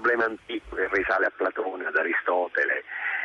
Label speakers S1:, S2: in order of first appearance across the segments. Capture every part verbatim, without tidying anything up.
S1: problema antico che risale a Platone, ad Aristotele,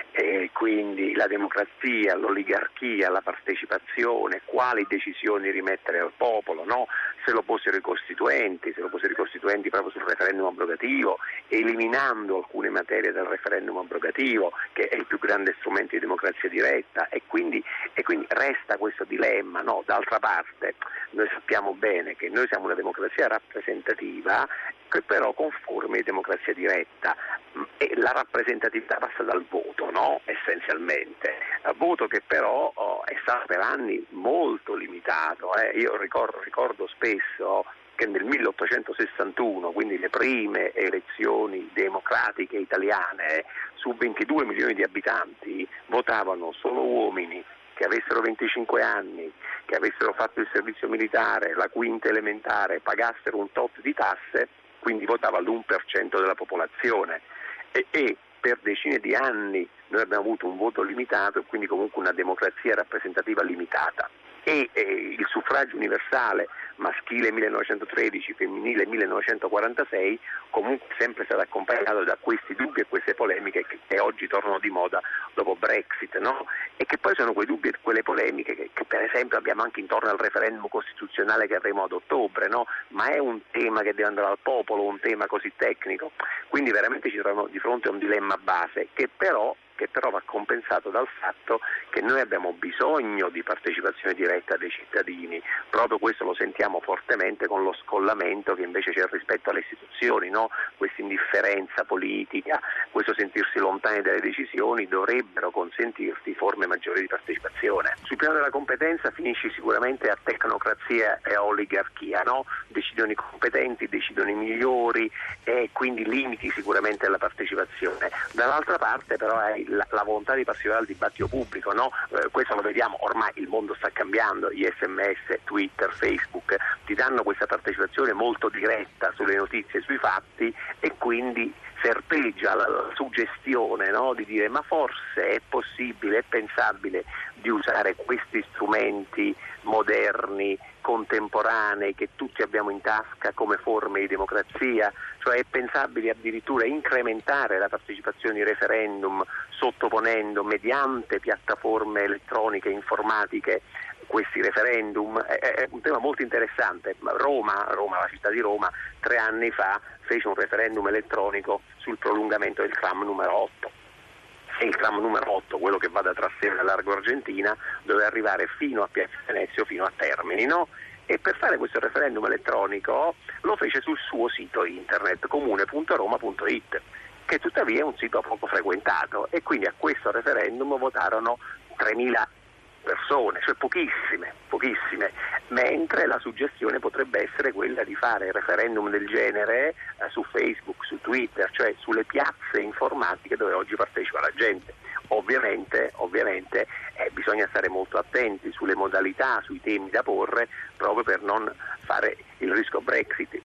S1: e quindi la democrazia, l'oligarchia, la partecipazione, quali decisioni rimettere al popolo, no? Se lo fossero i costituenti, se lo fossero i costituenti proprio sul referendum abrogativo, eliminando alcune materie dal referendum abrogativo, che è il più grande strumento di democrazia diretta, e quindi, e quindi resta questo dilemma, no? D'altra parte noi sappiamo bene che noi siamo una democrazia rappresentativa che però conforme a democrazia diretta, e la rappresentatività passa dal voto, no? Essenzialmente, voto che però oh, è stato per anni molto limitato. Eh. Io ricordo, ricordo spesso che nel milleottocentosessantuno, quindi le prime elezioni democratiche italiane, su ventidue milioni di abitanti votavano solo uomini che avessero venticinque anni, che avessero fatto il servizio militare, la quinta elementare, pagassero un tot di tasse, quindi votava l'uno per cento della popolazione, e, e per decine di anni noi abbiamo avuto un voto limitato e quindi comunque una democrazia rappresentativa limitata. E eh, il suffragio universale maschile millenovecentotredici, femminile millenovecentoquarantasei, comunque sempre stato accompagnato da questi dubbi e queste polemiche che, che oggi tornano di moda dopo Brexit, no? E che poi sono quei dubbi e quelle polemiche che, che per esempio abbiamo anche intorno al referendum costituzionale che avremo ad ottobre, no? Ma è un tema che deve andare al popolo, un tema così tecnico, quindi veramente ci troviamo di fronte a un dilemma base che però che però va compensato dal fatto che noi abbiamo bisogno di partecipazione diretta dei cittadini. Proprio questo lo sentiamo fortemente con lo scollamento che invece c'è rispetto alle istituzioni, no? Questa indifferenza politica, questo sentirsi lontani dalle decisioni dovrebbero consentirti forme maggiori di partecipazione. Sul piano della competenza finisci sicuramente a tecnocrazia e a oligarchia, no? Decidono i competenti, decidono i migliori e quindi limiti sicuramente la partecipazione. Dall'altra parte però hai La, la volontà di partecipare al dibattito pubblico, no? Eh, questo lo vediamo, ormai il mondo sta cambiando, gli sms, Twitter, Facebook ti danno questa partecipazione molto diretta sulle notizie, sui fatti, e quindi serpeggia la, la suggestione, no? Di dire ma forse è possibile, è pensabile di usare questi strumenti moderni, contemporanei che tutti abbiamo in tasca come forme di democrazia, cioè è pensabile addirittura incrementare la partecipazione ai referendum sottoponendo mediante piattaforme elettroniche, informatiche, questi referendum. È, è un tema molto interessante. Roma, Roma, la città di Roma, tre anni fa fece un referendum elettronico sul prolungamento del tram numero otto. E il tram numero otto, quello che va da Trastevere a Largo Argentina, doveva arrivare fino a Piazza Venezia, fino a Termini, no? E per fare questo referendum elettronico lo fece sul suo sito internet comune punto roma punto it, che tuttavia è un sito poco frequentato, e quindi a questo referendum votarono tremila persone, cioè pochissime, pochissime, mentre la suggestione potrebbe essere quella di fare referendum del genere eh, su Facebook, su Twitter, cioè sulle piazze informatiche dove oggi partecipa la gente. Ovviamente, ovviamente eh, bisogna stare molto attenti sulle modalità, sui temi da porre, proprio per non fare il rischio Brexit.